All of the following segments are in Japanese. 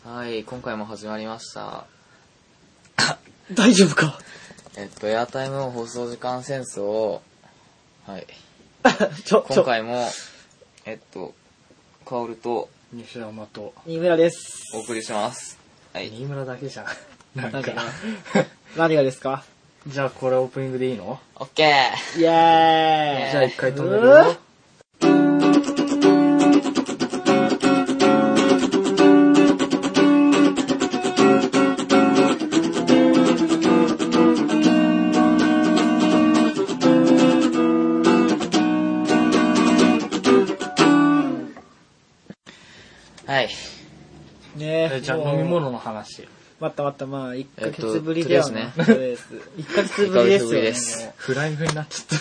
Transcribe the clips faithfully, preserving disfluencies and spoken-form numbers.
はい、今回も始まりました。 大丈夫か。 えっと、エアタイム放送時間戦争を、はい。 ちょ、 今回も、えっと、カオルと、 西山と、 新村です。 お送りします。はい。 新村だけじゃん。なんか。 何がですか？ じゃあこれオープニングでいいの？ オッケー。 イエーイ。 じゃあ一回止めるよ。 はい。 ねえ。 じゃあ飲み物の話。 待った待った、まあ、いっかげつぶりだよね。 えっとりあえず。いっかげつぶりですよね。 フライングになっちゃった。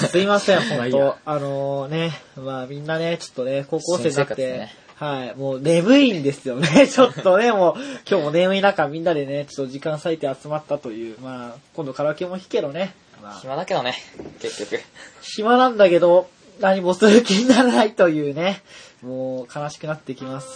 すいません、ほんと。あのね、まあみんなね、ちょっとね、高校生になって、ね、はい、もう眠いんですよね。ちょっとね、もう、今日も眠い中みんなでね、ちょっと時間割いて集まったという、まあ、今度カラオケも弾けどね。まあ、 暇だけどね、結局。 暇なんだけど、何もする気にならないというね、もう悲しくなってきます。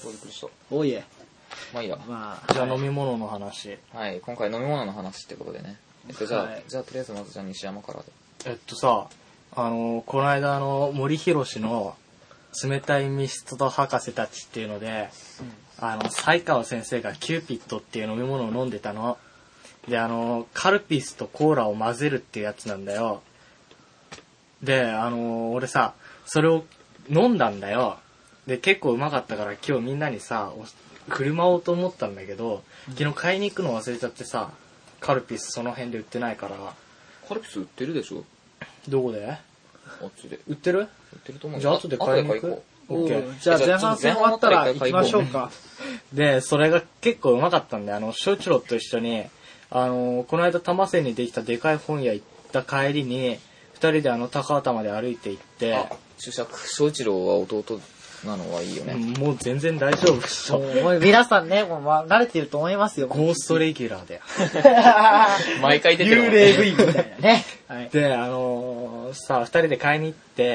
びっくりした。 おいえ。 まあいいや。 まあ、 じゃあ飲み物の話。 はい、今回飲み物の話ってことでね。えっと、じゃあ、 はい、 じゃあとりあえずまずじゃあ西山からで。 えっとさ、あの、この間あの、森博の冷たいミスト博士たちっていうので、うん、あの、才川先生がキューピットっていう飲み物を飲んでたの。で、あの、カルピスとコーラを混ぜるっていうやつなんだよ。で、あの、俺さ、それを飲んだんだよ。で、結構うまかったから今日みんなにさ、振る舞おうと思ったんだけど、昨日買いに行くの忘れちゃってさ、カルピスその辺で売ってないから。 カルピス売ってるでしょ？ どこで？ あっちで。 売ってる？ 売ってると思う。 じゃあ後で買いに行く？ オッケー。じゃあ前半戦終わったら行きましょうか。 で、それが結構うまかったんで、あの、翔一郎と一緒に、あの、この間多摩線にできたでかい本屋行った帰りに、二人であの高畑まで歩いて行って、 あ、注釈、翔一郎は弟なのはいいよね。 もう全然大丈夫でしょ。 もう皆さんね、もう慣れてると思いますよ。 ゴーストレギュラーで。 毎回出てる、 ね。幽霊 V みたいなね。 はい、で、あのー、さあ、二人で買いに行って、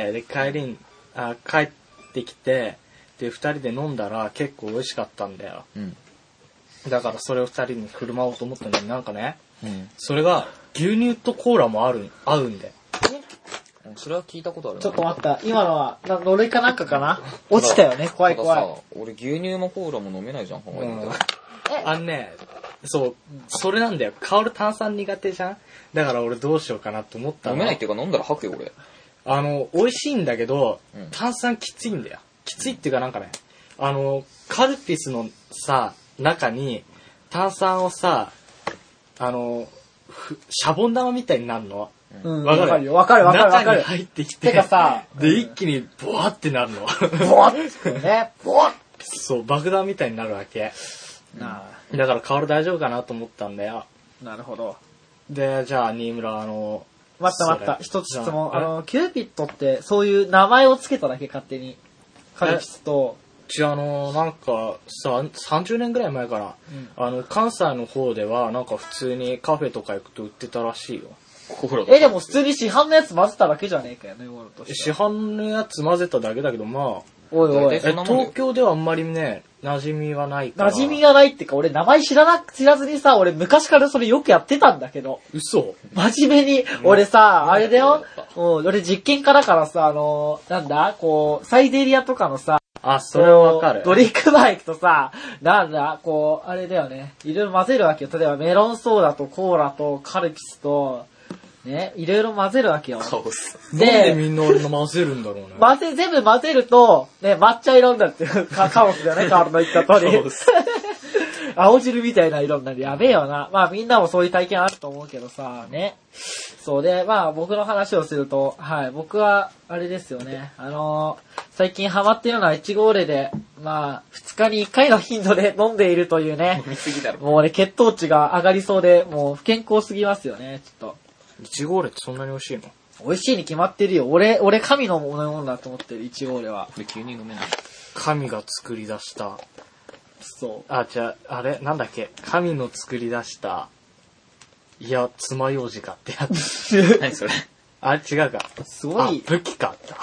で、帰りに、あ、帰ってきて、で、二人で飲んだら結構美味しかったんだよ。うん。だからそれを二人に振る舞おうと思ったのになんかね、うん、それが牛乳とコーラもある、合うんで。 それは聞いたことあるな。 ちょっと待った。今のは、呪いかなんかかな？落ちたよね。怖い怖い。 俺牛乳もコーラも飲めないじゃん、考えてみたら。 あのね、そう、それなんだよ。香る炭酸苦手じゃん？だから俺どうしようかなと思ったの。 飲めないっていうか飲んだら吐くよ、俺。 あの、美味しいんだけど、うん、炭酸きついんだよ。きついっていうかなんかね、あの、カルピスのさ、中に炭酸をさ、あの、シャボン玉みたいになるの。 うん、わかるよ。わかるわかるわかる。 中に入ってきて。 てかさ、 で、一気にボワってなるの。 ボワってね。ボワッそう、爆弾みたいになるわけ。なあ。だから香る大丈夫かなと思ったんだよ。 なるほど。 で、じゃあ、新村、あの、 待った待った。一つ質問。あの、キューピットってそういう名前をつけただけ勝手に。カルピスと。 うちあの、なんかさ、さんじゅうねんぐらい前から、うん、あの、関西の方では、なんか普通にカフェとか行くと売ってたらしいよ。 え、でも普通に市販のやつ混ぜただけじゃねえかよね、 市販のやつ混ぜただけだけど、まあ、 おいおい。 え、東京ではあんまりね、馴染みはないから。 馴染みがないってか、俺名前知らな、知らずにさ、俺昔からそれよくやってたんだけど。 嘘？ 真面目に、俺さ、あれだよ、もう俺実験家だからさ、あの、なんだ、こう、サイゼリアとかのさ、 あ、それはわかる。 ドリンクバー行くとさ、なんだ、こう、あれだよね、いろいろ混ぜるわけよ。例えばメロンソーダとコーラとカルピスと、ね、いろいろ混ぜるわけよ。 カオス。で、なんでみんな俺の混ぜるんだろうね。 混ぜ、全部混ぜると、ね、抹茶色になるっていうカオスだよね、カールの言った通り。カオス。青汁みたいな色になる。やべえよな。まあみんなもそういう体験あると思うけどさ、ね。そうで、まあ僕の話をすると、はい、僕は、あれですよね。あのー、最近ハマっているのはいちごオレで、まあ、ふつかにいっかいの頻度で飲んでいるというね。 飲みすぎだろ。 もうね、血糖値が上がりそうで、もう不健康すぎますよね、ちょっと。 いちごオレってそんなに美味しいの？ 美味しいに決まってるよ。俺、俺神のものだと思ってる、いちごオレは。 で、牛乳飲めない。 神が作り出した。 そう。 あ、じゃあ、あれなんだっけ神の作り出した、いや、爪楊枝かってやつ。 何それ？ あ、違うか。 すごい。 武器か。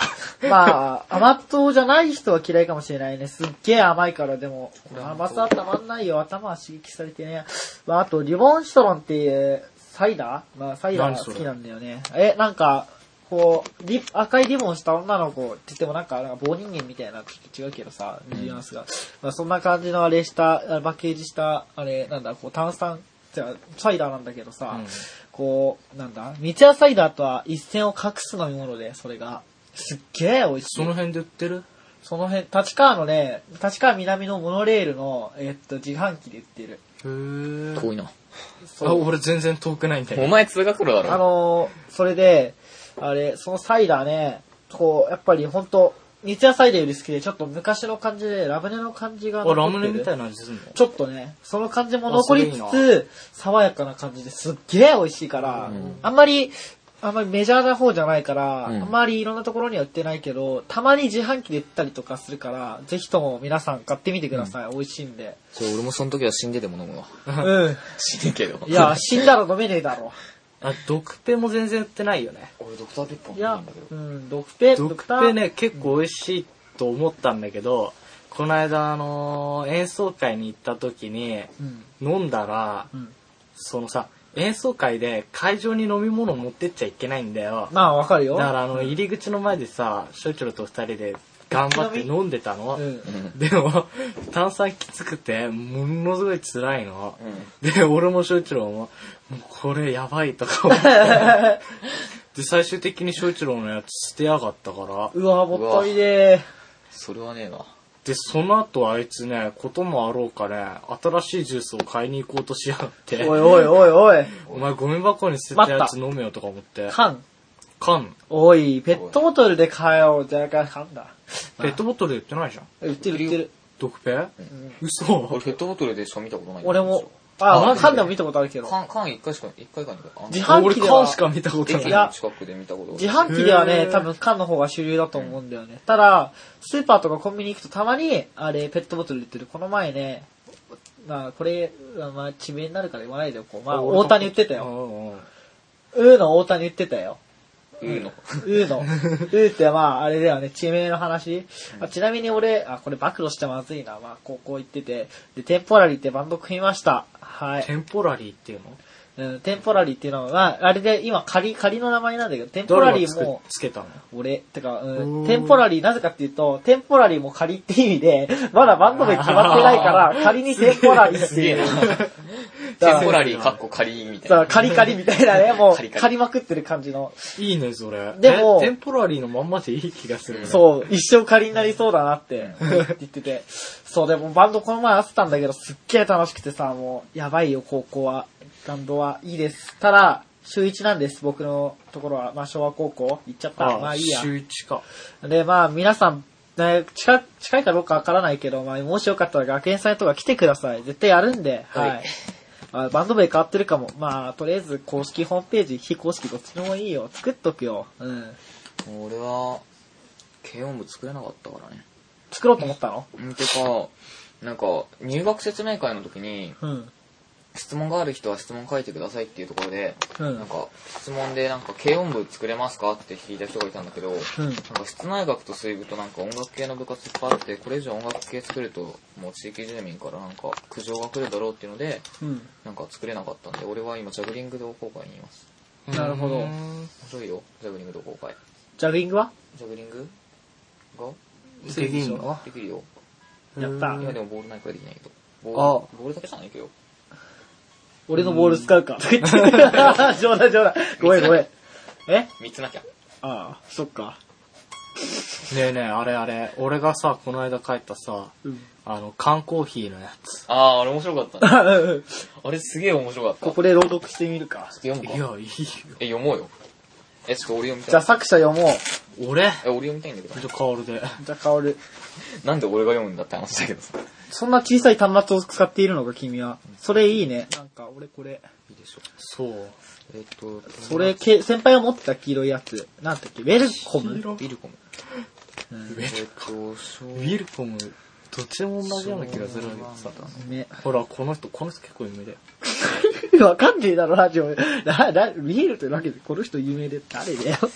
まあ、甘党じゃない人は嫌いかもしれないね。すっげえ甘いからでも、 これ甘さたまんないよ。頭は刺激されてね。まあ、あと、リボンシトロンっていうサイダーまあ、サイダー好きなんだよね。え、なんか、こう、リ赤いリボンした女の子って言ってもなんか、なんか棒人間みたいな、ちょっと違うけどさ、ニュアンスが。まあ、そんな感じのあれした、パッケージした、あれ、なんだ、こう、炭酸、じゃあサイダーなんだけどさ、 うんこう、なんだ、三ツ矢サイダーとは一線を画す飲み物で、それが。すっげえ美味しい。 その辺で売ってる？ その辺、立川のね、立川南のモノレールの、えっと、自販機で売ってる。 へー。 遠いな。 あ、俺全然遠くないんだよ。 お前通学路だろ。 あのー、それで、あれ、そのサイダーね、こう、やっぱりほんと、三ツ矢サイダーより好きで、ちょっと昔の感じで、ラムネの感じがあ、 残ってる。 ラムネみたいな味するの？ ちょっとね、その感じも残りつあそれいいつ、爽やかな感じですっげえ美味しいから、 うんあんまり、あんまりメジャーな方じゃないから、 うんあんまりいろんなところには売ってないけど、たまに自販機で売ったりとかするから、ぜひとも皆さん買ってみてください。美味しいんで。 じゃあ俺もその時は死んででも飲むわ。 うん。 死ねけど。 いや、死んだら飲めねえだろ。 あ、ドクペも全然売ってないよね。 俺ドクターペッパーいや飲んだんだけ、ど。 うん、ドクペ、 ドドクター。 クペね、結構美味しいと思ったんだけど、この間あのー演奏会に行った時にうん。 飲んだら、 うん。 そのさ、演奏会で会場に飲み物持ってっちゃいけないんだよ。 まあ、わかるよ。 だからあの、入り口の前でさ、翔一郎と二人で頑張って飲んでたの。 うん。 うん。 でも、炭酸きつくて、ものすごい辛いの。 うん。 で、俺も翔一郎も、もうこれやばいとか思って。で、最終的に翔一郎のやつ捨てやがったから。 うわ、もったいねえ。 それはねえな。 で、その後あいつね、こともあろうかね、新しいジュースを買いに行こうとしやがって。 おいおいおいおい。 お前ゴミ箱に捨てたやつ飲めよとか思って。 缶。 缶。 おい、ペットボトルで買えよ。じゃあ、缶だ。 ペットボトルで売ってないじゃん。 売ってる売ってる。 ドクペ、 うん嘘。 俺ペットボトルでしか見たことないんだけど。 俺も、あ、 あマジで缶でも見たことあるけど。 缶、缶一回しか、一回か二回。 自販俺機では缶しか見たことない。 駅の近くで見たことある。 自販機ではね、 へー多分缶の方が主流だと思うんだよね。ただ、スーパーとかコンビニ行くとたまに、あれ、ペットボトルで売ってる。この前ね、まあ、これ、まあ、地名になるから言わないでおこう。まあ、大谷売ってたよ。 うんうん。 うーの大谷売ってたよ。 うーの。 うーの。うーってまあ、あれだよね、地名の話。あちなみに俺、あ、これ暴露してまずいな。まあ、高校行ってて。で、テンポラリーってバンド組みました。はい。 テンポラリーっていうの？ うん、テンポラリーっていうのは、まあ、あれで今仮、仮の名前なんだけど、テンポラ誰がつけリーも、 つけたの？ 俺、てか、 ううん、 んテンポラリーなぜかっていうと、テンポラリーも仮って意味で、まだバンド名決まってないから、仮にテンポラリーっていう。 テンポラリーかっこ仮みたいさあ、 な。 カリカリみたいなね、もう、 カリカリ借りまくってる感じの。 いいね、それ。 でもえテンポラリーのまんまでいい気がするね。 そう、一生仮になりそうだなって言ってて。そう、でもバンドこの前会ってたんだけど、すっげえ楽しくてさ、もう、やばいよ、高校は。バンドはいいです。ただ、週一なんです、僕のところは。まあ、昭和高校行っちゃった。 あまあいいや。 週一か。 で、まあ、皆さん、ね、近い、近いかどうかわからないけど、まあ、もしよかったら学園祭とか来てください。絶対やるんで、はい。 はいあバンド名変わってるかも。まあ、とりあえず公式ホームページ、非公式どっちでもいいよ。作っとくよ。うん。 俺は、軽音部作れなかったからね。 作ろうと思ったの？ んてか、なんか、入学説明会の時に、 うん。 質問がある人は質問書いてくださいっていうところで、 うんなんか、質問でなんか、軽音部作れますかって聞いた人がいたんだけど、 うん。 なんか室内楽と水部となんか音楽系の部活いっぱいあって、これ以上音楽系作ると、もう地域住民からなんか苦情が来るだろうっていうので、 うん。 なんか作れなかったんで、俺は今ジャグリング同好会にいます。 なるほどうーん面白いよ、ジャグリング同好会。 ジャグリングはジャグリングができんの？ できるよ。 やった。 うん今でもボールないからできないけど。ボあール、ボールだけじゃないけど。 俺のボール使うか。冗談冗談。ごめんごめん。えみっつなきゃ。 ああ、そっか。 ねえねえ、あれあれ、俺がさ、この間帰ったさ、 うん。 あの、缶コーヒーのやつ。 あー、あれ面白かったね。あれすげえ面白かった。 ここで朗読してみるか。 読むかいや、いいよ。 え、読もうよ。え、ちょっと俺読みたい。 じゃあ作者読もう。 俺え、俺読みたいんだけど。 じゃあ、カオルで。 じゃあカオル。 なんで俺が読むんだって話だけどさ。 そんな小さい端末を使っているのか、君は。それいいね。なんか、俺これ。 いいでしょ。 そう。 えっと、 それ、け先輩が持ってた黄色いやつ。なんだっけウェルコムビルコム。 うんえっと、小ウィルコム、どっちも同じような気がするんだけどさ。 ね。 ほら、この人、この人結構有名だよ。 わかんねえだろ、ラジオ。な、な、見えるというわけで、この人有名で誰だよ。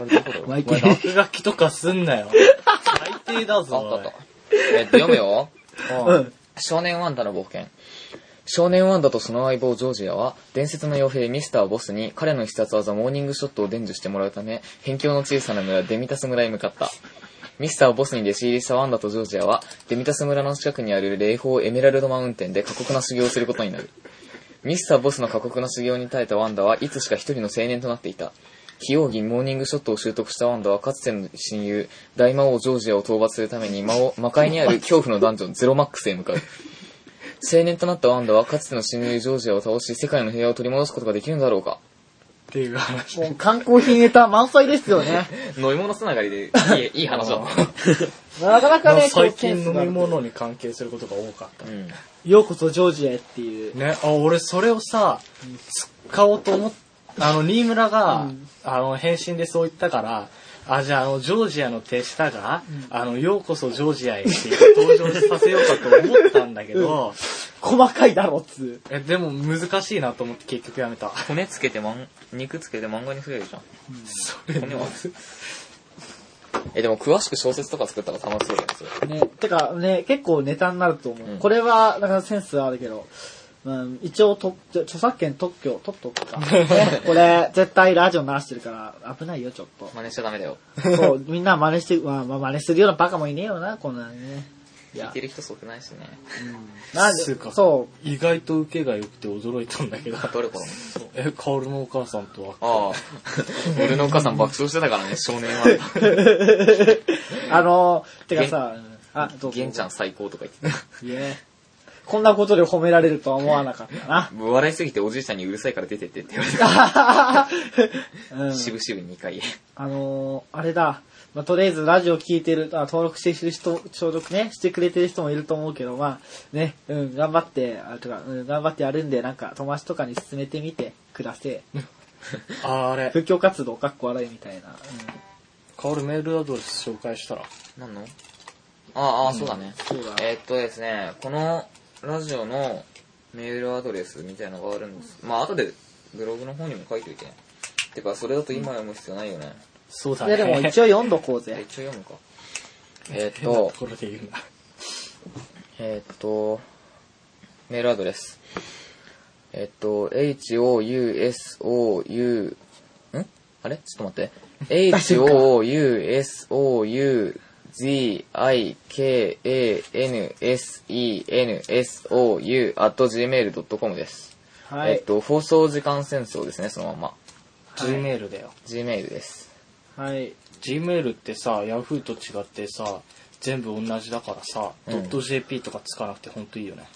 あれどこだろう。 マイお前落書きとかすんなよ。最低だあぞ。 ったあった。えっと、読むよ。 うん。 少年ワンダの冒険。少年ワンダとその相棒ジョージアは、伝説の傭兵ミスターボスに彼の必殺技モーニングショットを伝授してもらうため、辺境の小さな村デミタス村へ向かった。ミスターボスに弟子入りしたワンダとジョージアは、デミタス村の近くにある霊峰エメラルドマウンテンで過酷な修行をすることになる。ミスターボスの過酷な修行に耐えたワンダはいつしか一人の青年となっていた。非容疑モーニングショットを習得したワンダはかつての親友、大魔王ジョージアを討伐するために魔王魔界にある恐怖のダンジョンゼロマックスへ向かう。青年となったワンダはかつての親友ジョージアを倒し世界の平和を取り戻すことができるのだろうか。 っていう話。 もう観光品ネタ満載ですよね。 飲み物つながりでいい、いい話だった。 なかなかね、 最近飲み物に関係することが多かった。 うん。 ようこそジョージアへっていう。 ね、あ、俺それをさ、使おうと思っあの、新村が、うん、あの、返信でそう言ったから、あ、じゃあ、あの、ジョージアの手下が、うん、あの、ようこそジョージアへって登場させようかと思ったんだけど、うん、 細かいだろっつえ、でも難しいなと思って結局やめた。 骨つけてまん、肉つけて漫画に触れるじゃん。 うん、それ骨は。 え、でも詳しく小説とか作ったら楽しそうだよね、それ。ね、てかね、結構ネタになると思う。うん、これは、だからセンスはあるけど、うん、一応と、著作権特許取っとくか。ね、これ、絶対ラジオ鳴らしてるから、危ないよ、ちょっと。 真似しちゃダメだよ。 そう、みんな真似して、まあ、まあ、真似するようなバカもいねえよな、こんなにね。 聞いてる人少ないしね。 うん。なんで、そう。 意外と受けが良くて驚いたんだけど。 どれからえ、カオルのお母さんとは。 ああ。俺のお母さん爆笑してたからね、少年は。 あのー、てかさ、あ、 どうぞ。ゲンちゃん最高とか言ってた。 いえ。こんなことで褒められるとは思わなかったな。 笑いすぎておじいさんにうるさいから出てってって言われた。うん、渋々にかい。 あのー、あれだ。まあ、とりあえずラジオ聞いてる、あ登録してる人、消毒ね、してくれてる人もいると思うけど、まあ、ね、うん、頑張って、あとか、うん、頑張ってやるんで、なんか、友達とかに勧めてみてください。 あ、あれ。 布教活動、かっこ笑いみたいな。うん。 カオルメールアドレス紹介したら。 何のああ、うん、そうだね。 そうだ。 えー、っとですね、このラジオのメールアドレスみたいなのがあるんです。まあ、後でブログの方にも書いといて。てか、それだと今読む必要ないよね。うんそうだね。 いやでも一応読んどこうぜ。 一応読むか。えー、っと、 これで言うんだ。 えー、っと、メールアドレス。えー、っと、エイチオーユーエスオーユー、んあれちょっと待って。エイチオーユーエスオーユージーアイケーエーエヌエスイーエヌエスオーユー アットジーメールドットコム です。はい。えー、っと、放送時間戦争ですね、そのまま。 Gmail だよ。 Gmail です。 はい。 Gmail ってさ、Yahoo と違ってさ、全部同じだからさ、うん、.jp とかつかなくてほんといいよね。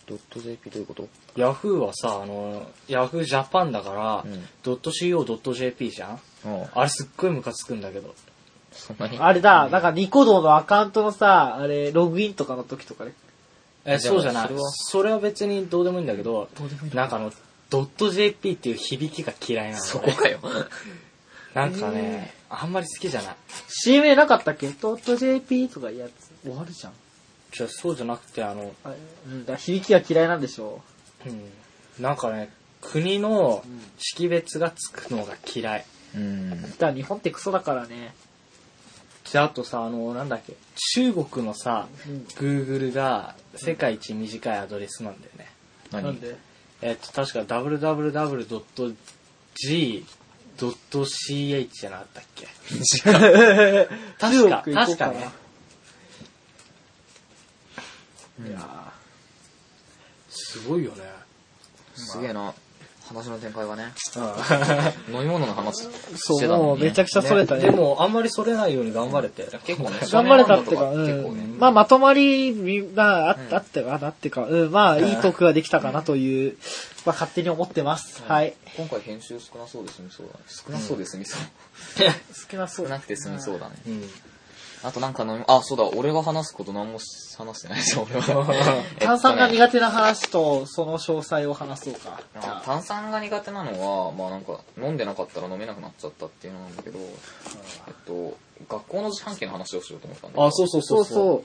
.jp どういうこと？ Yahoo はさ、あの、Yahoo Japan だから、うん、.co.jp じゃん、うん、あれすっごいムカつくんだけど。 そんなに？ あれだ、なんかニコ動のアカウントのさ、あれ、ログインとかの時とかね。 え、そうじゃない。それは、それは別にどうでもいいんだけど、どうでもいいなんかあの、.jp っていう響きが嫌いなの、ね。 そこかよ。 なんかね、あんまり好きじゃない。 シーエムエー なかったっけ ?.jp とかいうやつ終わるじゃん。 じゃあそうじゃなくて、あの、 あうん、だ響きが嫌いなんでしょう。うん。なんかね、国の識別がつくのが嫌い。 うん。だから日本ってクソだからね。 で、あとさ、あの、なんだっけ、中国のさ、うん、Google が世界一短いアドレスなんだよね。 うん、 なんでえっと、確か ダブリューダブリューダブリュードットジードットシーエイチ じゃなかったっけ確か、確かね。いやー、すごいよね。 すげえな。話の展開がね。飲み物の話してたのに、ね。 もうめちゃくちゃそれたね。 でも、あんまりそれないように頑張れて。 結構ね。 頑張れたってか、うん。まあ、まとまり、まあ、あってか、あってか、うん、まあ、いいトークができたかなという、まあ、勝手に思ってます。はい。 今回編集少なそうで済みそうだね。少なそうで済みそう。 少なそう。 少なくて済みそうだね。うん。あとなんか飲み、あ、そうだ、俺が話すこと何も話してないじゃん、俺は。 炭酸が苦手な話と、その詳細を話そうか。 炭酸が苦手なのは、まあなんか、飲んでなかったら飲めなくなっちゃったっていうのなんだけど、えっと、学校の自販機の話をしようと思ったんだけど。 あ、そうそうそうそう。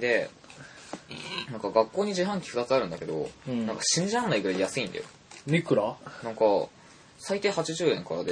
で、なんか学校に自販機ふたつあるんだけど、うん、なんか信じらんないぐらい安いんだよ。 いくら？ なんか、最低はちじゅうえんからで、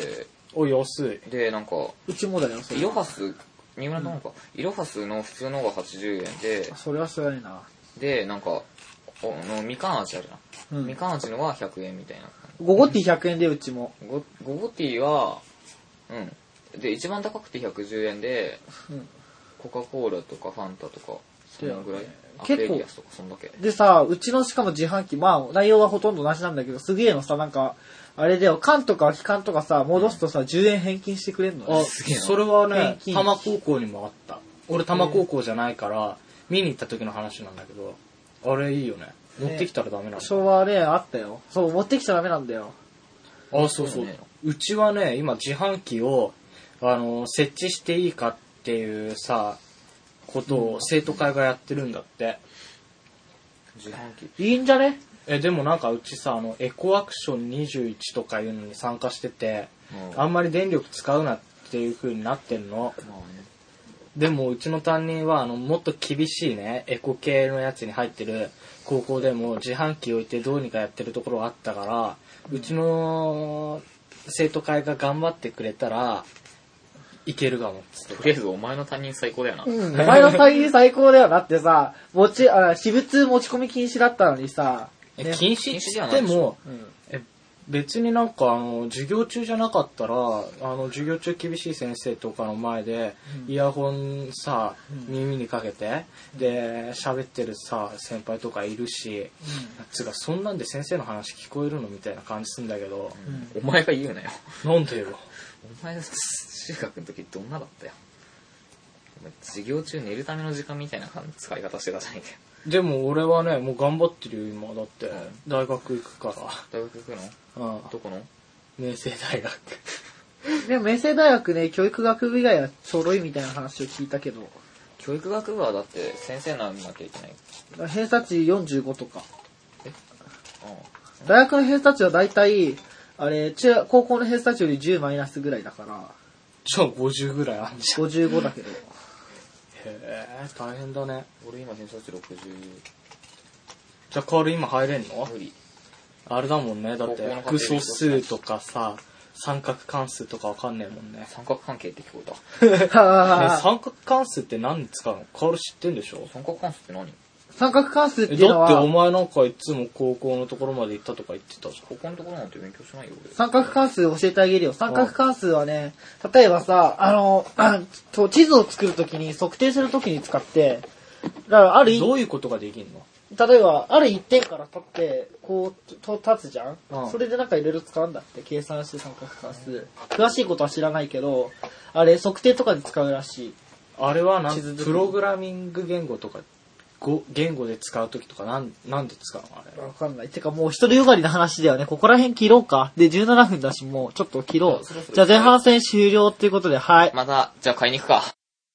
お、安い。 で、なんか、 うちもだよ、それ。 イロハス、新村のか、イロハスの普通のがはちじゅうえんで、 それはすごいな。 で、なんか、おのみかん味あるな。 うんみかん味のはひゃくえんみたいな。 ゴゴティーひゃくえんでうちも。 ゴゴゴティーは、うん。で、一番高くてひゃくじゅうえんで、 うん。 コカ・コーラとかファンタとか、そのぐらい。ア結構クエリアスとか、そんだけ。 でさ、うちのしかも自販機、まあ内容はほとんど同じなんだけど、すげえのさ、なんか、あれだよ、缶とか空き缶とかさ、戻すとさ、じゅうえん返金してくれんのね。 あ、 すげえなそれはね返、金多摩高校にもあった。俺多摩高校じゃないから、見に行った時の話なんだけど、あれいいよね。持ってきたらダメなの、 昭和ね、あったよ。そう、持ってきちゃダメなんだよ。 あ、そうそう。 そうねうちはね、今自販機を、あの、設置していいかっていうさ、ことを生徒会がやってるんだって。 自販機。 いいんじゃね？ え、でもなんかうちさ、あの、エコアクションにじゅういちとかいうのに参加してて、 うんあんまり電力使うなっていう風になってんの。 まあね。ででもうちの担任はあのもっと厳しいねエコ系のやつに入ってる高校でも自販機置いてどうにかやってるところがあったから、うちの生徒会が頑張ってくれたらいけるかもっつってとりあえずお前の担任最高だよな。 うん。お前の最最高だよ。だってさ、持ち、あ、私物持ち込み禁止だったのにさ、ねえ禁止禁止じゃっないでしょてもうん。 え別になんかあの授業中じゃなかったらあの授業中厳しい先生とかの前でイヤホンさ、耳にかけてで喋ってるさ先輩とかいるし、つうかそんなんで先生の話聞こえるのみたいな感じするんだけど、 お前が言うなよ。 なんでよ。 お前、中学の時どんなだったよ。お前授業中寝るための時間みたいな感じ使い方してたじゃないかよ。 でも俺はねもう頑張ってるよ今だって大学行くか大学行くの？ ら、うん、 どこの？ 明星大学。 でも明星大学ね、教育学部以外はちょろいみたいな話を聞いたけど、 教育学部はだって先生にならなきゃいけない。 偏差値よんじゅうごとか。 え大学の偏差値はだいたい、あれ、中、高校の偏差値よりじゅうマイナスぐらいだから、 じゃあごじゅうぐらいあんじゃん。 ごじゅうごだけど。 へえ大変だね。 俺今偏差値ろくじゅう。 じゃあカール今入れんの？ 無理。 あれだもんね。だって高校の家庭複素数とかさ、三角関数とかわかんねえもんね。 三角関係って聞こえた。 ねはぁ三角関数って何に使うの？カール知ってんでしょ？ 三角関数って何？ 三角関数ってえいうのだっておは、 前なんかいつも高校のところまで行ったとか言ってたじゃん。 ここのところなんて勉強しないよ俺。 三角関数教えてあげるよ。三角関数はね、例えばさ、あの、あと地図を作るときに、測定するときに使って、だからある一どういうことができんの？ 例えば、ある一点から取って、こう、と立つじゃん、 うんそれでなんかいろいろ使うんだって、計算して三角関数。詳しいことは知らないけど、あれ、測定とかで使うらしい。 あれはなん地図作りプログラミング言語とかご言語で使うときとかなんなんで使うのあれ？ わかんない。てかもう一人よがりな話だよね。ここら辺切ろうか。で、じゅうななふんだし、もうちょっと切ろう。 そろそろじゃあ前半戦終了っていうことで、はい。 また、じゃあ買いに行くか。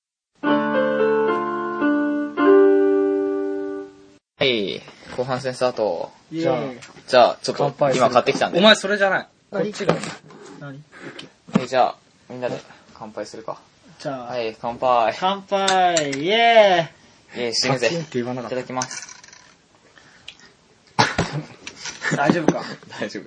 はい。後半戦スタート。 じゃあじゃあ、ちょっと乾杯する今買ってきたんで。 お前それじゃない。こ何っちが。 何はい、じゃあ、みんなで乾杯するか。 じゃあ、 はい、乾杯。 乾杯イエえー、死ぬぜ。 カチンって言わなかったいただきます。 ーイ大丈夫か。 大丈夫。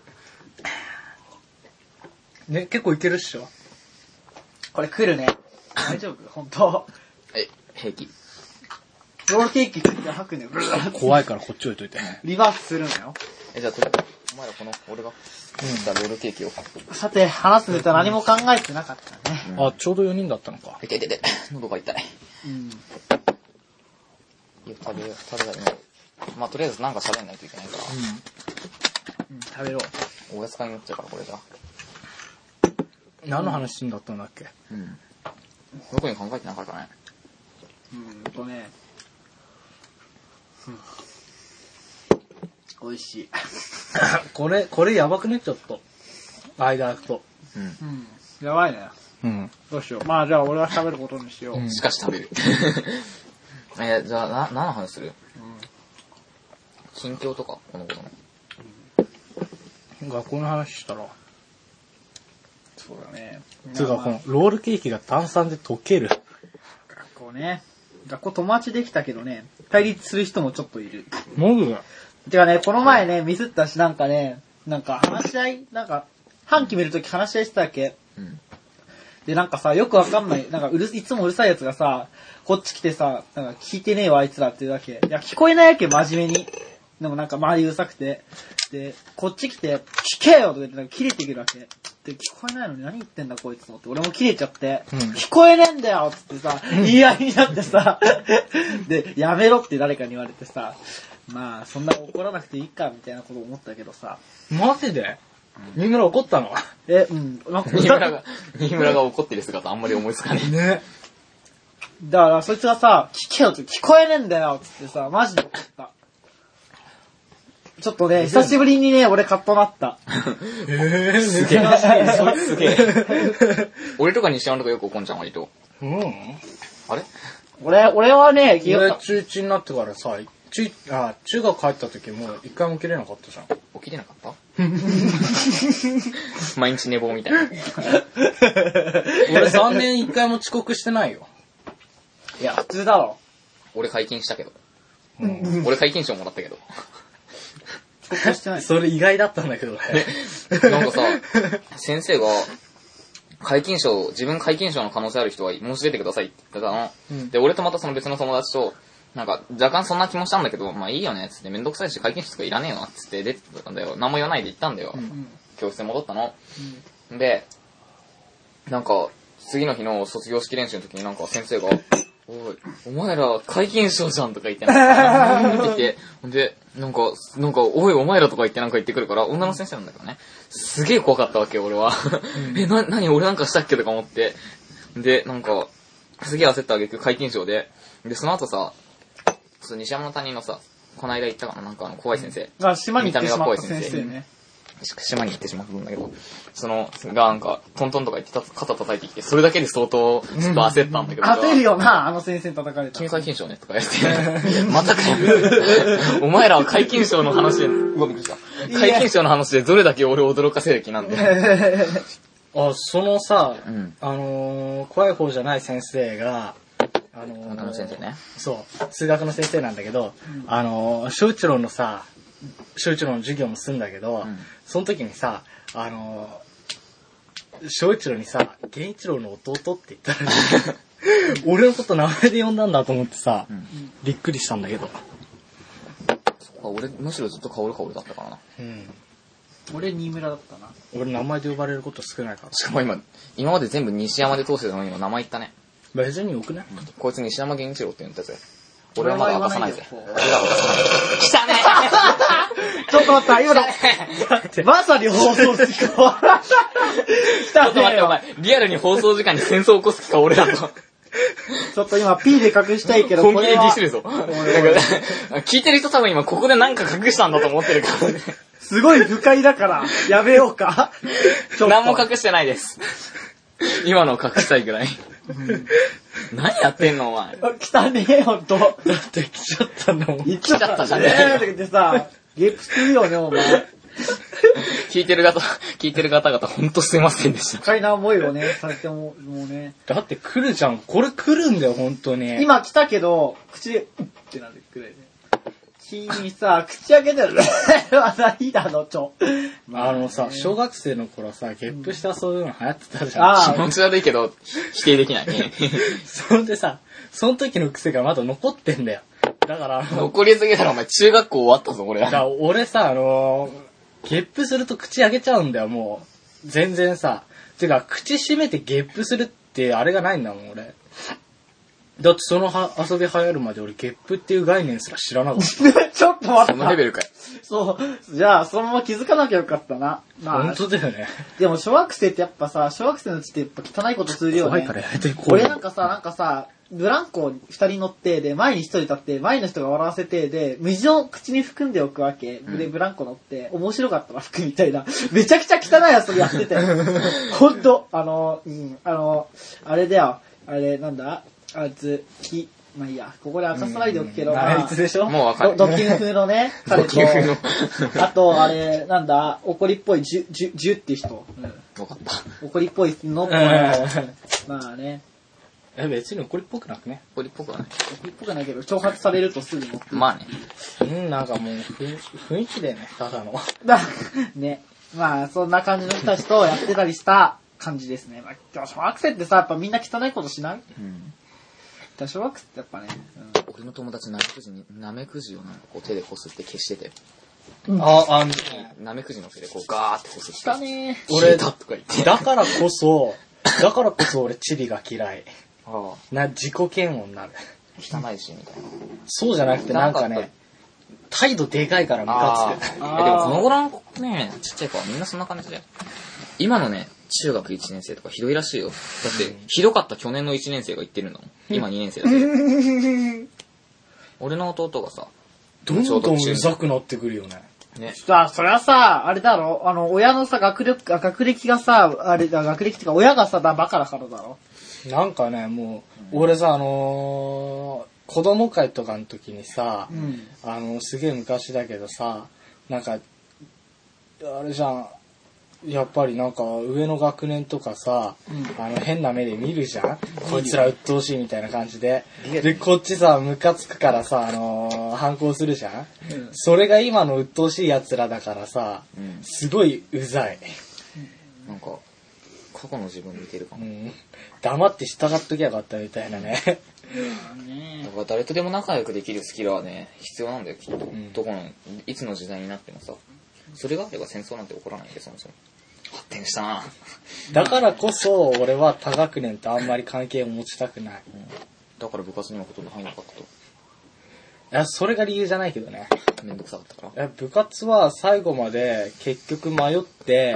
ね、結構いけるっしょ。 これ来るね。大丈夫本当。 はい、平気。 ロールケーキ食って吐くね。 怖いからこっち置いといて。 リバースするのよ。 え、じゃあ、とりあえず、お前らこの、俺が作ったロールケーキを。 さて、話すネタ何も考えてなかったね。 あ、ちょうどよにんだったのか。 いていてて、喉が痛い。 うん。 いいよ、食べよう、食べたいね。まあ、とりあえずなんか喋んないといけないから。 うん、食べろ。 おやつ会になっちゃうから、これじゃ。 何の話すんだったんだっけ？ うん。特に考えてなかったね。 うんとね。うん。美味しい。 これ、これやばくねちょっと。間空くと。 うん。 うん。やばいね。 うん。 どうしよう。まあじゃあ俺は食べることにしよう。 うんしかし食べる。え、じゃあ、な、何の話する？近況とか、このことの。 学校の話したら。 そうだね。 つうか、このロールケーキが炭酸で溶ける。 学校ね。学校友達できたけどね、対立する人もちょっといる。 モグが。 てかね、この前ね、ミスったしなんかね、なんか話し合い、なんか、班決めるとき話し合いしてたっけうん。 で、なんかさ、よくわかんない、なんかうる、いつもうるさいやつがさ、こっち来てさ、なんか聞いてねえわ、あいつらっていうだけ。いや、聞こえないわけ、真面目に。でもなんか周りうるさくて。で、こっち来て、聞けよとか言ってなんか切れてくるわけ。で、聞こえないのに何言ってんだこいつと思って、俺も切れちゃって、うん、聞こえねえんだよつってさ、言い合いになってさ、で、やめろって誰かに言われてさ、まあ、そんな怒らなくていいか、みたいなこと思ったけどさ。 マジで新村怒ったの？ え、うん。なんか新村が、新村が怒ってる姿あんまり思いつかねえ。 ね。 だから、そいつがさ、聞けよって聞こえねえんだよつってさ、マジで怒った。ちょっとね、久しぶりにね、俺カッとなった。 えー、 すげえ。それすげえ。俺とか西山とかよく怒んじゃん、割と。 うん。 あれ俺、俺はね、 俺中いちになってからさ、中、あ、中学帰った時もう一回も起きれなかったじゃん。 起きれなかった毎日寝坊みたいな。 俺さんねん一回も遅刻してないよ。 いや、普通だろ。 俺解禁したけど。うん、俺解禁賞もらったけど。 遅刻してない。 それ意外だったんだけどね。 なんかさ、先生が、解禁賞、自分解禁賞の可能性ある人は申し出てくださいって言ってたの。うん、で、俺とまたその別の友達と、なんか、若干そんな気もしたんだけど、まあいいよね、つって、めんどくさいし、解禁賞とかいらねえよな、つって出てたんだよ。何も言わないで行ったんだよ。うん、教室に戻ったの。うん、で、なんか、次の日の卒業式練習の時になんか先生が、おい、お前ら解禁賞じゃんとか言ってなんか、言ってきて、で、なんか、なんか、おい、お前らとか言ってなんか言ってくるから、女の先生なんだけどね。すげえ怖かったわけよ、俺は。うん、え、な、なに俺なんかしたっけとか思って。で、なんか、すげえ焦ったあげく解禁賞で、で、その後さ、西山の担任のさ、この間言ったかな、なんかあの、怖い先生。 あ、島に行ってしまった先生ね。 島に行ってしまったんだけど、その、がなんか、トントンとか言って肩叩いてきて、それだけで相当、ちょっと焦ったんだけど。 焦るよな、あの先生に叩かれた。 君解禁賞ねとか言って、またかよ。お前らは解禁賞の話で、うわ、びっくりした。解禁賞の話でどれだけ俺を驚かせる気なんで。 あ、そのさ、うん、あのー、怖い方じゃない先生が、あのー、 あの先生ね。 そう、数学の先生なんだけど、うん、あのー、小一郎のさ、小一郎の授業もするんだけど、うん、その時にさ、あのー、小一郎にさ、源一郎の弟って言ったら、俺のこと名前で呼んだんだと思ってさ、うん、びっくりしたんだけど。 そっか、俺、むしろずっと薫薫だったからな。うん。 俺、新村だったな。 俺、名前で呼ばれること少ないから。 しかも今、今まで全部西山で通してたのに今名前言ったね。 別によくない？ こいつ西山源一郎って言ったぜ。俺はまだ明かさないぜ。俺は明かさない。来たねちょっと待った、今の。まさに放送時間。来たねちょっと待って、お前。リアルに放送時間に戦争を起こす気か、俺だと。 ちょっと今 P で隠したいけど、 本気でディスるぞ。聞いてる人多分今ここでなんか隠したんだと思ってるからね。 すごい不快だから、やめようか。 何も隠してないです。今の隠したいぐらい。うん、何やってんのお前。 汚ねえ、ほんと。だって来ちゃったんだもん。 来ちゃったじゃねえよ。 ってさ、ゲップするよね、お前。 聞いてる方、聞いてる方々ほんとすいませんでした。 不快な思いをね、されても、もうね。 だって来るじゃん。これ来るんだよ、ほんとに。 今来たけど、口で、うってなるくらいね。君さ、口開けてるね。はないだろ、ちょ。 あのさ、小学生の頃さ、ゲップしたそういうの流行ってたじゃん。ああ。気持ち悪いけど、否定できない。 そんでさ、その時の癖がまだ残ってんだよ。だから、 残りすぎたらお前中学校終わったぞ、俺。 だから俺さ、あのー、ゲップすると口開けちゃうんだよ、もう。全然さ。てか、口閉めてゲップするってあれがないんだもん、俺。だってそのは遊び流行るまで俺ゲップっていう概念すら知らなかった。 ちょっと待って。 そのレベルかい。 そう。じゃあ、そのまま気づかなきゃよかったな。 まあ、本当だよね。 でも小学生ってやっぱさ、小学生のうちってやっぱ汚いことするよね。 怖いからやめていこう。 俺なんかさ、なんかさ、ブランコ二人乗って、で、前に一人立って、前の人が笑わせて、で、水を口に含んでおくわけ。で、ブランコ乗って、面白かったら吹くみたいな。めちゃくちゃ汚い遊びやってて。ほんと、あの、うん、あの、あれだよ。あれ、なんだあいつ、き、まあいいや、ここで明かさないでおくけど、 あいつでしょもうわかる。 ドッキング風のね、彼と、あと、あれ、なんだ、怒りっぽい、じゅ、じゅ、じゅっていう人。 うん。わかった。 怒りっぽいの、まあね。 え、別に怒りっぽくなくね。 怒りっぽくはない。 怒りっぽくないけど、挑発されるとすぐに。 まあね。 うん、なんかもう、雰囲気だよね、ただの。 だ、ね。まあ、そんな感じの人たちとやってたりした。 感じですね。まあ、でも小学生ってさ、やっぱみんな汚いことしない？ うん。 小学生ってやっぱね、 うん、俺の友達ナメクジに、ナメクジをなんかこう手でこすって消してて。 うん、 あ、あの、 ナメクジの手でこうガーってこすって。 汚ねー。 俺、 だとか言って。 だからこそ、だからこそ俺チビが嫌い。 ああ。 な、自己嫌悪になる。 汚いし、みたいな。 そうじゃなくてなんかね、態度でかいからムカつく。 え、でもこの頃のね、ちっちゃい子はみんなそんな感じで。今のね、中学いちねん生とかひどいらしいよ。だって、ひどかった去年のいちねん生が言ってるんだもん。今にねん生だけど。俺の弟がさ、 どんどんうざくなってくるよね。 ね。さあ、それはさ、あれだろ、あの、親のさ、学力、学歴がさ、あれだ、学歴っていうか、親がさ、バカだからだろ。 なんかね、もう、俺さ、あのー、子供会とかの時にさ、うん、あの、すげえ昔だけどさ、なんか、あれじゃん、やっぱりなんか上の学年とかさ、うん、あの変な目で見るじゃん、こいつら鬱陶しいみたいな感じで。で、こっちさ、ムカつくからさ、あのー、反抗するじゃん、うん、それが今の鬱陶しい奴らだからさ、うん、すごいうざい。 なんか、過去の自分見てるかも。うん、 黙って従っときゃよかったみたいなね。 だから誰とでも仲良くできるスキルはね、必要なんだよ、きっと。うん、どこの、いつの時代になってもさ。それがあれば戦争なんて起こらないんで、そもそも。発展したな。 だからこそ、俺は他学年とあんまり関係を持ちたくない。うん、 だから部活にもほとんど入んなかったと。 いや、それが理由じゃないけどね。 めんどくさかったから。 いや、部活は最後まで結局迷って、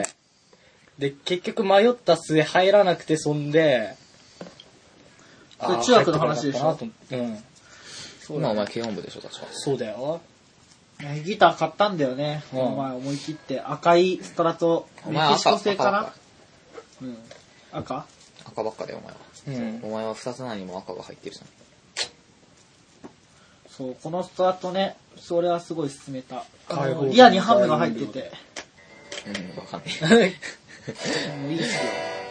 で、結局迷った末入らなくて、そんで、 それ中学の話でしょ。 うん。 今お前軽音部でしょ、確か。 そうだよ。 ギター買ったんだよね、うん、お前思い切って赤いストラトメキシコ製かな。うん、赤赤ばっかだよお前は、うん、お前は二つなにも赤が入ってるじゃん。 そうこのストラトね、それはすごい勧めた。リアにハムが入ってて、 うんわかんないもういいっすよ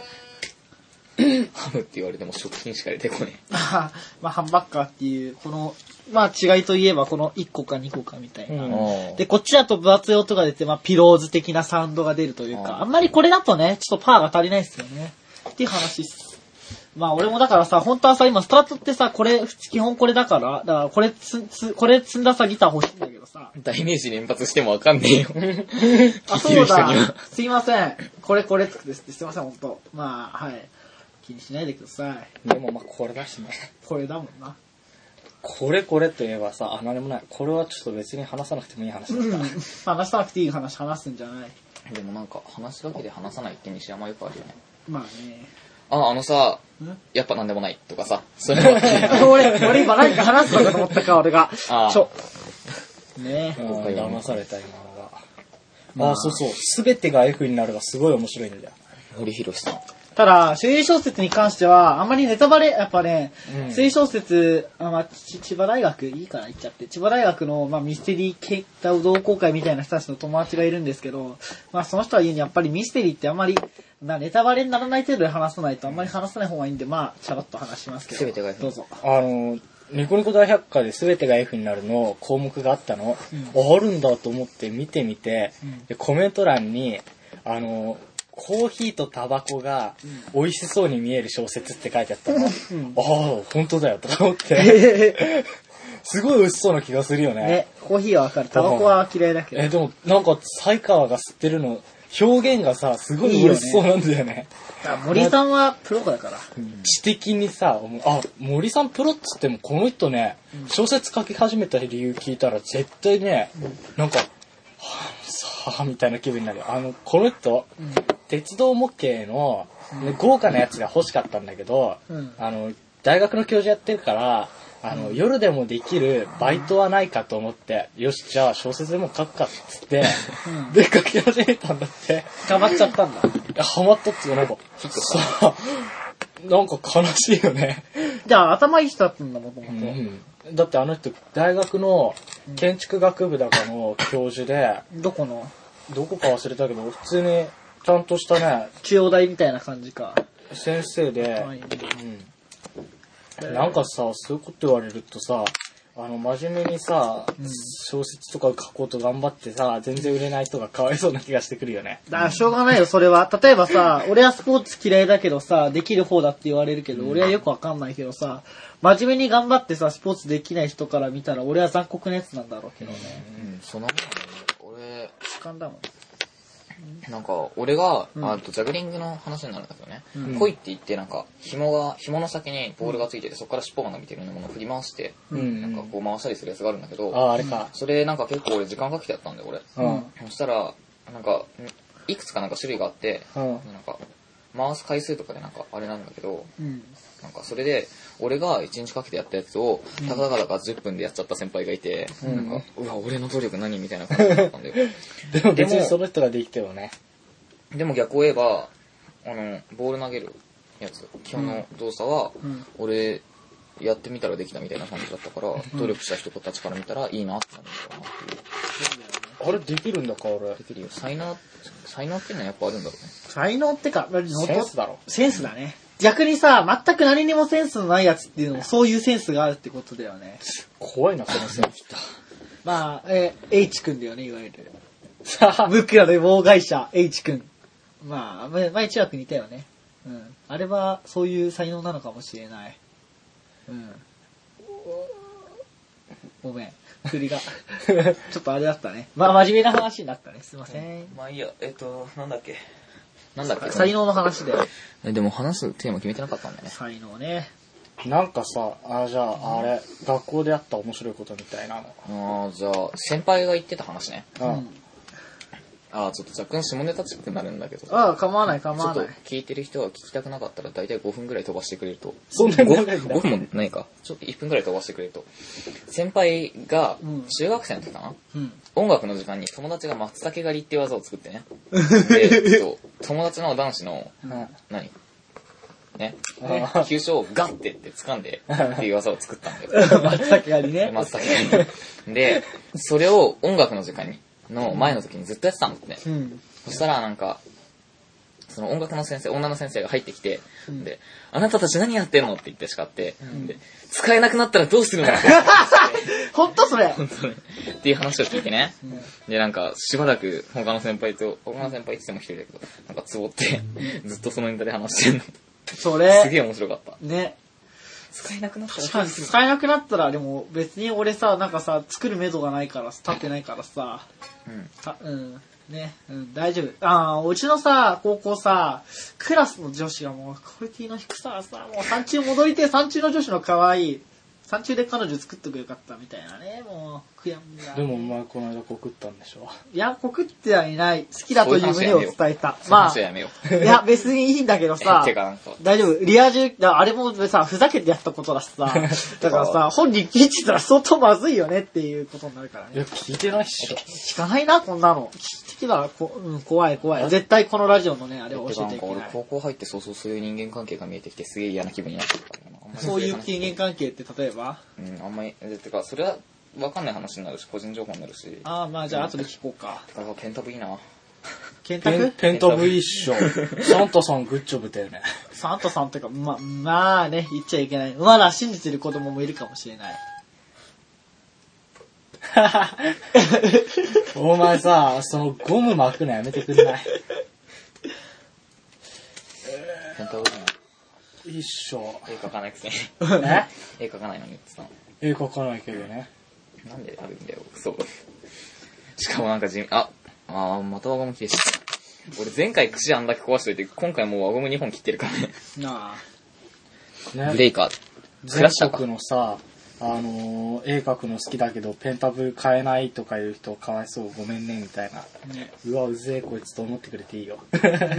ハムって言われても食品しか出てこねえ。 まあハンバッカーっていうこのまあ違いといえばこのいっこかにこかみたいな、うん、でこっちだと分厚い音が出て、まあ、ピローズ的なサウンドが出るというか、あんまりこれだとねちょっとパワーが足りないですよねっていう話っす。まあ俺もだからさ、本当はさ今ストラトってさこれ基本これだからだからこれつつこれ積んださギター欲しいんだけどさ、 代名詞連発してもわかんねえよあそうだすいませんこれこれってすいません本当まあはい気にしないでください。 でもまあこれだしね。 これだもんな。 これこれといえばさ、あ、何もない。これはちょっと別に話さなくてもいい話だった。うん、 話さなくていい話話すんじゃない。 でもなんか話すだけで話さないって西山よくあるよね。 まあね。 あ、あのさ、やっぱなんでもないとかさ、それは俺、俺今何か話すのかと思ったか、俺が。あちょ。ねえ。 騙された今のが。まあ、あ、そうそう。すべてが F になるがすごい面白いんだよ。 森博さん。 ただ、推理小説に関しては、あんまりネタバレ、やっぱね、うん、推理小説、あまあ、千葉大学、いいから言っちゃって、千葉大学の、まあ、ミステリー系同好会みたいな人たちの友達がいるんですけど、まあ、その人は言うに、やっぱりミステリーってあんまり、なネタバレにならない程度で話さないと、あんまり話さない方がいいんで、まあ、ちゃらっと話しますけど。 すべてが F。 どうぞ。 あの、ニコニコ大百科で全てが F になるの項目があったの、うん、あるんだと思って見てみて、うん、でコメント欄に、あの、コーヒーとタバコが美味しそうに見える小説って書いてあったの。うん、ああ、本当だよとか思って。すごい美味しそうな気がするよね。 ね、コーヒーはわかる。タバコは嫌いだけど。 え、でもなんか、才川が吸ってるの、表現がさ、すごい美味しそうなんだよね。 いいよね。森さんはプロだから。 知的にさ、あ、森さんプロっつってもこの人ね、小説書き始めた理由聞いたら絶対ね、うん、なんか、はぁ、さあ、みたいな気分になる。あの、この人、うん、鉄道模型の、ね、豪華なやつが欲しかったんだけど、うん、あの、大学の教授やってるから、あの、うん、夜でもできるバイトはないかと思って、よし、じゃあ小説でも書くかっつって、うん、で、書き始めたんだって。 ハマっちゃったんだ。いや、ハマったっていうか、なんか、さ、なんか悲しいよね。 じゃあ、頭いい人だったんだ、もともと。 だってあの人、大学の建築学部だかの教授で、 どこのどこか忘れたけど、普通に、ちゃんとしたね、 中央大みたいな感じか。 先生で、うん、なんかさ、そういうこと言われるとさ、ああの、真面目にさ、 うん小説とか書こうと頑張ってさ、全然売れない人がかわいそうな気がしてくるよね。 だからしょうがないよ、それは。例えばさ、俺はスポーツ嫌いだけどさ、できる方だって言われるけど、俺はよくわかんないけどさ、真面目に頑張ってさ、スポーツできない人から見たら、俺は残酷なやつなんだろうけどね。 うん、そのもんだね。俺、 主観だもん。 なんか、俺が、 うんあとジャグリングの話になるんだけどね。 うん恋って言って、なんか、紐が、紐の先にボールがついてて、そこから尻尾が伸びてるようなものを振り回して、 うんなんかこう回したりするやつがあるんだけど、 ああ、あれか。 それなんか結構俺時間かけてやったんだよ、俺。 うん。 そしたら、なんか、いくつかなんか種類があって、 うん。 なんか、回す回数とかでなんかあれなんだけど、 うん。 なんかそれで、俺がいちにちかけてやったやつを、たかだかだかじゅっぷんでやっちゃった先輩がいて、 うんなんか、うわ、俺の努力何みたいな感じだったんだよ。 でも別にその人ができてもね。 でも逆を言えば、あの、ボール投げるやつ、基本の動作は、 うん俺、やってみたらできたみたいな感じだったから、努力した人たちから見たらいいなってなるんだろうなっていう。 あれできるんだか、俺。 できるよ。才能、才能っていうのはやっぱあるんだろうね。 才能ってか、 センスだろ。 センスだね。逆にさ、全く何にもセンスのないやつっていうのも、そういうセンスがあるってことだよね。 怖いな、そのセンス。 まあ、えー、H 君だよね、いわゆる。 さあ、 僕らの妨害者、H 君。まあ、ま前中学にいたよね。うん。あれは、そういう才能なのかもしれない。うん。ごめん。振りが。ちょっとあれだったね。まあ、真面目な話になったね。すいません。 まあいいや、えっと、なんだっけ。なんだっけ。 才能の話だよ。 え、でも話すテーマ決めてなかったんだよね。 才能ね。 なんかさ、あ、じゃあ、あれ、学校であった面白いことみたいなの。 ああ、じゃあ、先輩が言ってた話ね。 う。 うんん。 ああ、ちょっと若干下ネタチックになるんだけど。 ああ、構わない構ちょっとわない。 聞いてる人は聞きたくなかったら大体ごふんぐらい飛ばしてくれると。 そんなに長いんだごふんもないか。ちょっといっぷんぐらい飛ばしてくれると。先輩がうん中学生の時かな、 うん。 音楽の時間に友達が松茸狩りっていう技を作ってね。で、そう友達の男子の、 うん。 何ね。 あー急所をガッてって掴んでっていう技を作ったんだよ。 松茸狩りね。 松茸狩り。で、それを音楽の時間に、の前の時にずっとやってたんだってね。 うん。 そしたらなんか、その音楽の先生、女の先生が入ってきて、 うんで、あなたたち何やってんのって言って叱って、で、使えなくなったらどうするのってほんとそれ。 本当にっていう話を聞いてね。で、なんか、しばらく他の先輩と、他の先輩って言っても一人だけど、なんかつぼって、ずっとそのネタで話してんの。 それ。 すげえ面白かった。 ね。 使えなくなったら確かに使えなくなったら、でも別に俺さ、なんかさ、作る目処がないから、立ってないからさ、 うん。 たうん、ね、うん、大丈夫。ああ、うちのさ、高校さ、クラスの女子がもう、クオリティの低さはさ、もう三中戻りてえ、三中の女子の可愛い、三中で彼女作っとくよかったみたいなね、もう、悔やんだ。 でもお前この間告ったんでしょ。 いや、告ってはいない。好きだという旨を伝えた。 まあ、 ま話はやめよう。 あ、いや、別にいいんだけどさて、かなんか、 大丈夫。リア充、あれもさ、ふざけてやったことだしさ、だからさ、本人聞いてたら相当まずいよねっていうことになるからいや、 ね。 聞いてないっしょ。 聞かないな、こんなの。聞いてきたらこ、うん、怖い怖い。絶対このラジオのね、あれをてかなんか俺教えていけない。 高校入ってそうそうそういう人間関係が見えてきてすげえ嫌な気分になってるからな。あんまりそういう話人間関係って例えばうん、あんまり、えてか、それは分かんない話になるし、個人情報になるし。 ああ、まあじゃあ後で聞こうか。 てか、ペンタブいいな。 ペン、 ケンタクペンタブ一緒。サンタさんグッジョブだよね。 サンタさんとか、ま、まあね、言っちゃいけない。まだ信じてる子供もいるかもしれない。 お前さ、そのゴム巻くのやめてくんない？ ペンタブいいな。 一緒。 絵描かないくせに。 え絵描かないのにって言って絵描かないけどね。 たの。なんであるんだよ、そう。しかもなんか地味、あ、あー、また輪ゴム切れちゃった。俺前回串あんだけ壊しといて、今回もう輪ゴムにほん切ってるからね。 なあ。 ブねレイカー。ク全ラッシャーか。 国のさ、あのー、絵描くの好きだけどペンタブ買えないとかいう人かわいそうごめんねみたいな。 ね。 うわうぜえこいつと思ってくれていいよ。 う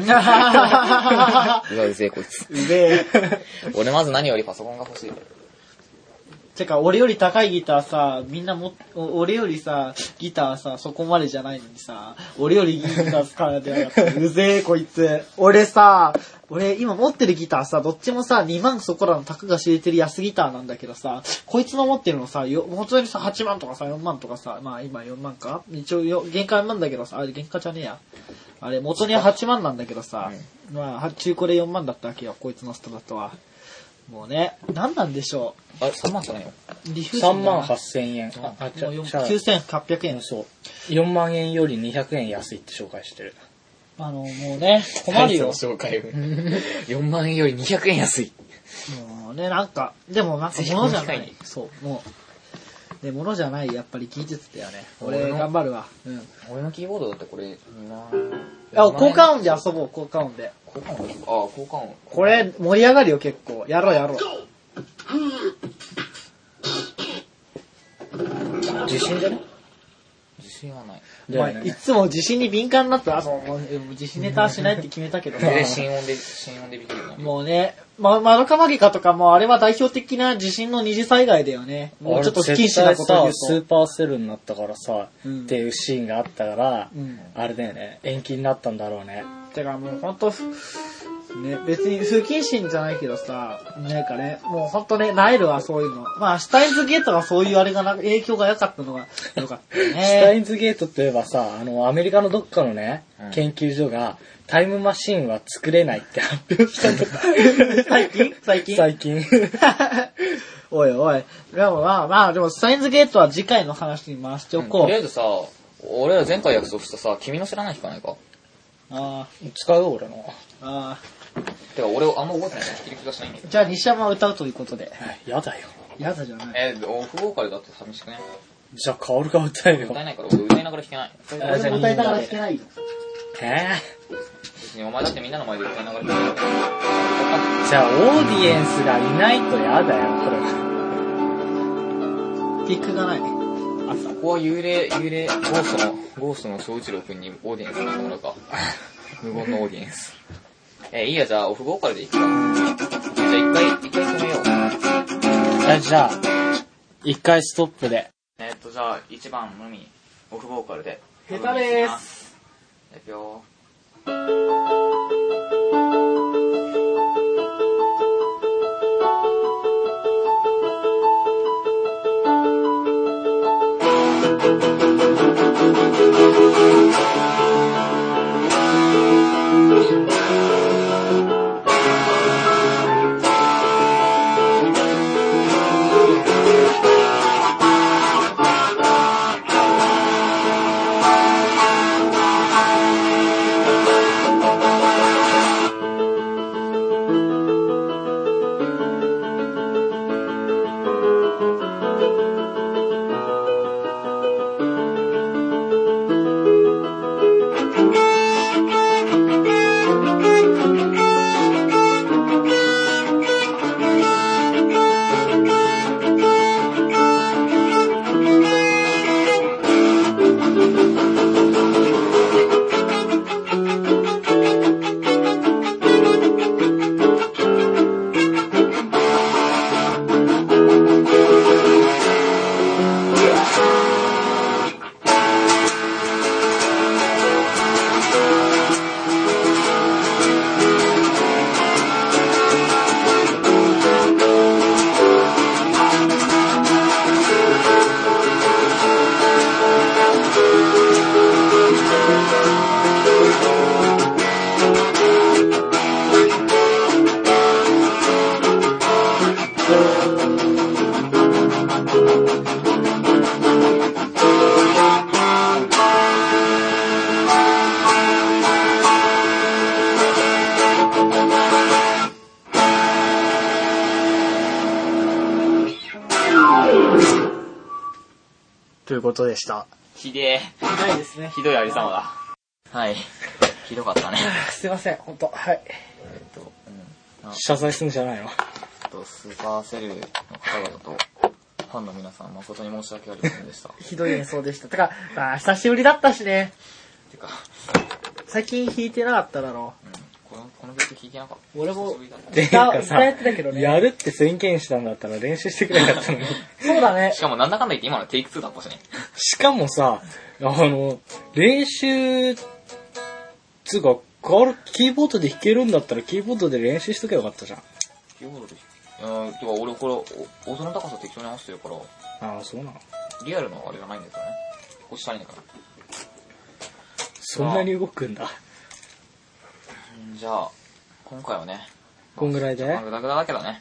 わ、うぜえこいつ。 うぜえ。 俺まず何よりパソコンが欲しい。 てか、俺より高いギターさ、みんなも、お俺よりさ、ギターさ、そこまでじゃないのにさ、俺よりギター使われてやがって、うぜえこいつ。俺さ、俺今持ってるギターさ、どっちもさ、にまんそこらの高が知れてる安ギターなんだけどさ、こいつの持ってるのさ、よ、本当にさ、はちまんとかさ、よんまんとかさ、まあ今よんまんか一応よ、限界なんだけどさ、あれ限界じゃねえや。あれ元にははちまんなんだけどさ、まあ、中古でよんまんだったわけよ、こいつのストラットは。 もうね、何なんでしょあれ、さんまんじゃないよ。 う。理不尽さんまんだはっせんえん。あ、あ、 な。 ちゃ、 もうちゃきゅうせんはっぴゃくえん。 そう。よんまんえんよりにひゃくえん安いって紹介してる。 あの、もうね、困るよ。 大差の紹介を。よんまんえんよりにひゃくえん安い。 もうね、なんか、でもなんか物じゃないぜひこの機会に。 そう、もう。で、物じゃない、やっぱり技術だよね。俺、 俺の頑張るわ。うん。 俺のキーボードだってこれ、にまん。 あ、効果音で遊ぼう、効果音で。 効果音あ、効果音。 これ、盛り上がるよ、結構。やろうやろう。 自信じゃね自信はない。 お前、いつも自信に敏感になったら、そう、もう自信ネタはしないって決めたけどさ。 で、心音で、心音でビビるの。 もうね、ま、マドカマギカとかもあれは代表的な地震の二次災害だよね。もうちょっと不謹慎なことを言うスーと。 パーセルになったからさ、 うんっていうシーンがあったから、 うん。 あれだよね、延期になったんだろうね。 てかもうほんと、ね、別に不謹慎じゃないけどさ、なんかね、もうほんとね、ナイルはそういうの。まあ、シュタインズゲートがそういうあれがな、影響が良かったのが良かったよシュタイね。 ンズゲートといえばさ、あの、アメリカのどっかのね、 うん研究所が、タイムマシンは作れないって発表したんだ最近最近最近。 おいおい。でもまあまあ、でもシュタインズゲートは次回の話に回しておこう。 とりあえずさ、俺ら前回約束したさ、君の知らない日かないか。 あ使う俺の。 あ、ああ。 てか俺あんま覚えてないから弾ける気がしないんだけど。 じゃあ西山は歌うということで。 やだよ。 やだじゃない。 えー、オフボーカルだと寂しくね。 じゃあ、カオルが歌えよ歌。えないから俺歌いながら弾けない。 あじゃあ俺も歌いながら弾けないよ。 え別にお前だってみんなの前で歌いながら弾けない。 ー、じゃあ、オーディエンスがいないとやだよ、これは。 ピックがない。 ここは幽霊、幽霊、ゴーストの、ゴーストの小一郎くんにオーディエンスになってもらうか。無言のオーディエンス。えー、いいや、じゃあオフボーカルでいくか。じゃあ一回、一回決めよう。 あじゃあ、一回ストップで。 えーっと、じゃあいちばんのみ、オフボーカルで。 下手でーす。 いくよ。 ということでした。 ひでえ。 ないですね。 ひどいありさまだ。はい。ひどかったね。 すいません、ほんと。はい。 えっと、うん。あ謝罪するんじゃないの？ えっと、スーパーセルの方々と、ファンの皆さん、誠に申し訳ありませんでした。 ひどい演奏でした。てか、まあ、久しぶりだったしね。 てか、 最近弾いてなかっただろうん、この、この曲弾いてなかった。 俺も久しぶりだったていう歌かさ、 歌やってたけどねやるって宣言したんだったら練習してくれなかったのに。 う。そうだねし。かもなんだかんだ言って今のテイクツーだったしね。 しかもさ、あの、練習、つうか、カルキーボードで弾けるんだったらキーボードで練習しとけばよかったじゃん。 キーボードで弾いやてか俺これ、お音の高さ適当に合わせてるから、 ああ、そうなの。 リアルのあれがないんですよね。押したいんだから。 そんなに動くんだ。 うんじゃあ、今回はね、 こんぐらいでまあグダグダだけどね。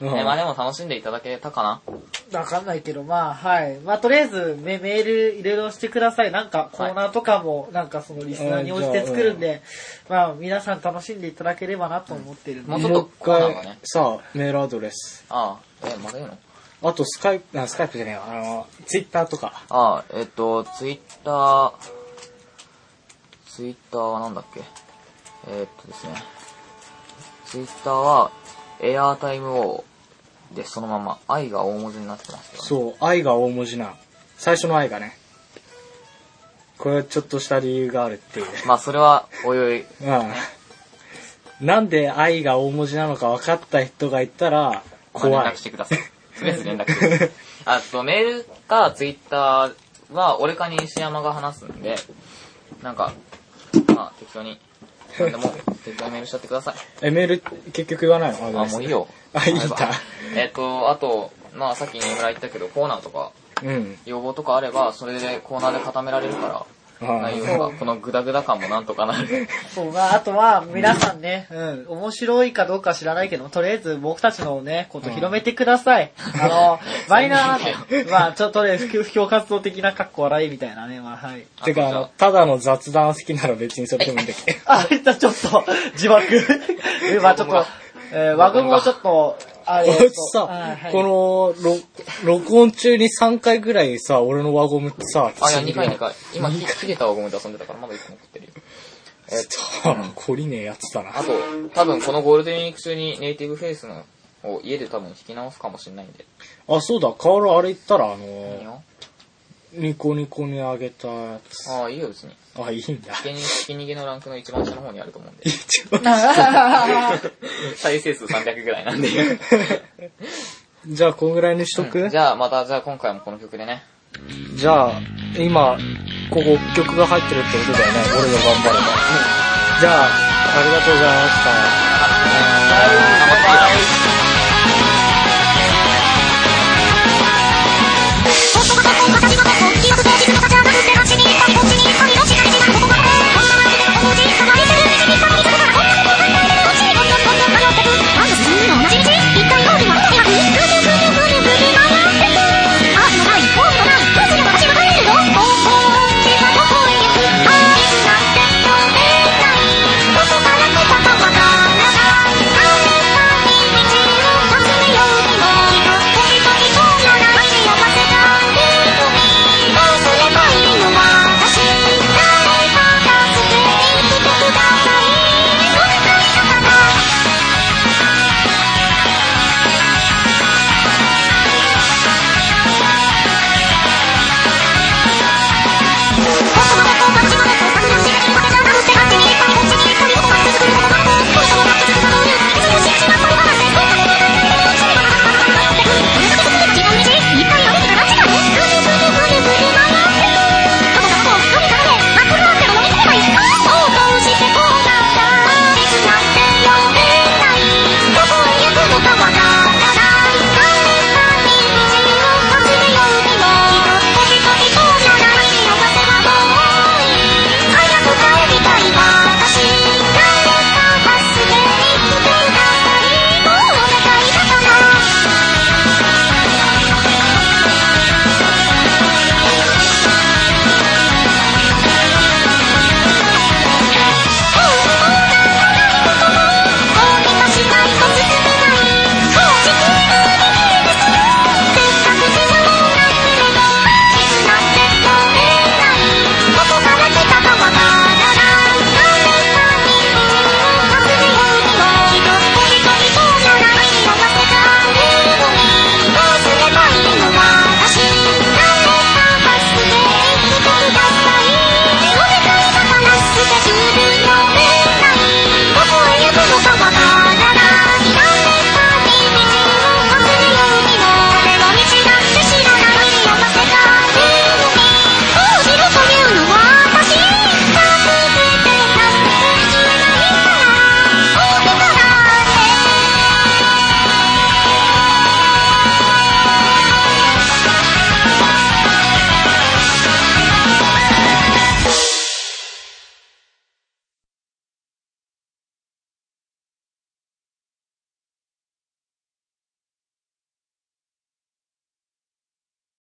うんえまあでも楽しんでいただけたかな。 わかんないけど、まあ、はい。まあ、とりあえず、メメールいろいろしてください。なんか、コーナーとかも、なんかそのリスナーに応じて作るんで、まあ、皆さん楽しんでいただければなと思ってるんで。 もうちょっともう一コーナーが回ね、 さ、メールアドレス。 ああ、え、まだ言うの？ あと、スカイプ、あ、スカイプじゃねえよ。あの、ツイッターとか。 ああ、えっと、ツイッター、ツイッターはなんだっけ？えーっとですね。ツイッターは、エアータイムオーでそのまま、愛が大文字になってますけど、ね。 そう、愛が大文字な。最初の愛がね。これはちょっとした理由があるっていう。 まあ、それは、おいおい。 うん。なんで愛が大文字なのか分かった人がいたら、怖い。 まあ連絡してください。とりあえず連絡してください。あと、メールかツイッターは、俺か西山が話すんで、なんか、まあ、適当に、なんでも、適当にメールしちゃってください。 え、メール結局言わないの？ あ、もういいよ。 あ、いいんだ。 えっと、あと、まあ、さっき新村言ったけど、コーナーとか、 うん。 要望とかあれば、それでコーナーで固められるから、 あ内容が、このグダグダ感もなんとかなる。 そう、まあ、あとは、皆さんね、うん、面白いかどうか知らないけど、とりあえず僕たちのね、こと広めてください。あの、マイナー、まあ、ちょっとね、布教活動的なカッコ笑いみたいなね、まあ、はい。 てか、あの、ただの雑談好きなら別にそれでもいいんだけど。 あ、いった、ちょっと、自爆。まあ、ちょっと、えー、輪ゴムをちょっと、あれ、 俺さ、 はいはいこの、ろ録音中にさんかいぐらいさ、俺の輪ゴムってさ、 あ、いや、にかいにかい。今、ひ切れた輪ゴムで遊んでたから、まだいっこ残ってるよ。えっさあ、懲りねえやつだな。 あと、多分このゴールデンウィーク中にネイティブフェイスのを家で多分弾き直すかもしれないんで。 あ、そうだ、カオルあれ言ったら、あいいの、 よ。 ニコニコにあげたやつ。 ああ、いいよ、別に。 あ、いいんだ。 ひけに、ひき逃げのランクの一番下の方にあると思うんで。 一番再生数さんびゃくぐらいなんで。 じゃあ、こんぐらいにしとく、 うんじゃあ、また、じゃあ今回もこの曲でね。 じゃあ、今、ここ曲が入ってるってことだよね。俺が頑張れば。じゃあ、ありがとうございました。 あ、また。